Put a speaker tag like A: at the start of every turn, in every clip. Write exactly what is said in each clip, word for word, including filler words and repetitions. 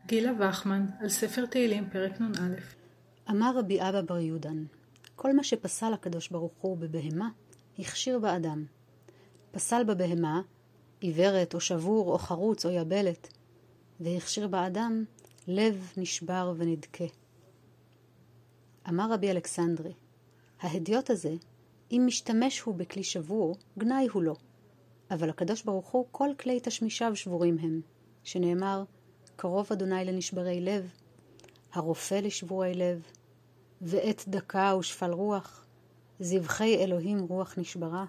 A: גילה וחמן, על ספר תהילים, פרק נ"א.
B: אמר רבי אבא בר יודן, כל מה שפסל הקדוש ברוך הוא בבהמה, הכשיר באדם. פסל בבהמה, עיוורת או שבור או חרוץ או יבלת, והכשיר באדם לב נשבר ונדכה. אמר רבי אלכסנדרי, ההדיוט הזה, אם משתמש הוא בכלי שבור, גנאי הוא לא. אבל הקדוש ברוך הוא כל כלי תשמישיו שבורים הם, שנאמר, קרוב אדוני לנשברי לב, הרופא לשבורי לב, ועת דקה ושפל רוח, זבחי אלוהים רוח נשברה.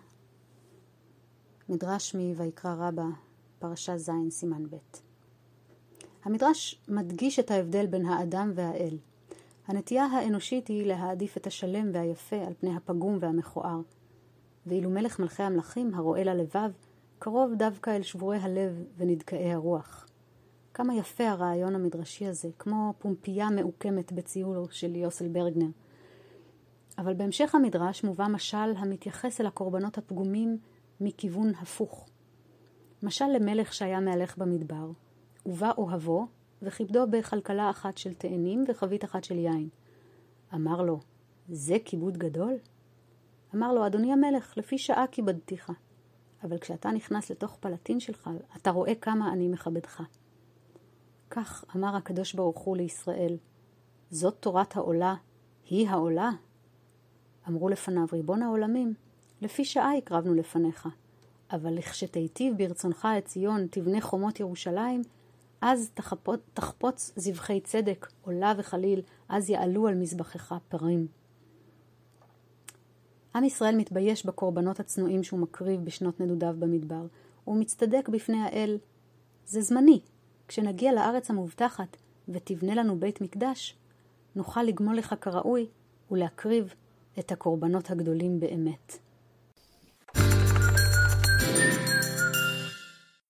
B: מדרש מויקרא רבה, פרשה ז' סימן ב'. המדרש מדגיש את ההבדל בין האדם והאל. הנטייה האנושית היא להעדיף את השלם והיפה על פני הפגום והמכוער, ואילו מלך מלכי המלכים הרואה ללבב, קרוב דווקא אל שבורי הלב ונדכאי הרוח. כמה יפה הרעיון המדרשי הזה, כמו פומפייה מעוקמת בציור של יוסל ברגנר. אבל בהמשך המדרש מובא משל המתייחס אל הקורבנות הפגומים מכיוון הפוך. משל למלך שהיה מהלך במדבר, ובא אוהבו וכיבדו בכלכלה אחת של תאנים וחבית אחת של יין. אמר לו, זה כיבוד גדול? אמר לו, אדוני המלך, לפי שעה כיבדתיך. אבל כשאתה נכנס לתוך פלטין שלך, אתה רואה כמה אני מכבדך. כך אמר הקדוש ברוך הוא לישראל, זאת תורת העולה, היא העולה. אמרו לפניו, ריבון העולמים, לפי שעה הקרבנו לפניך, אבל לכשתיטיב ברצונך את ציון, תבנה חומות ירושלים, אז תחפוץ, תחפוץ זבחי צדק, עולה וחליל, אז יעלו על מזבחך פרים. עם ישראל מתבייש בקורבנות הצנועים שהוא מקריב בשנות נדודיו במדבר, הוא מצטדק בפני האל, זה זמני. כשנגיע לארץ המובטחת ותבנה לנו בית מקדש, נוכל לגמול לך כראוי ולהקריב את הקורבנות הגדולים באמת.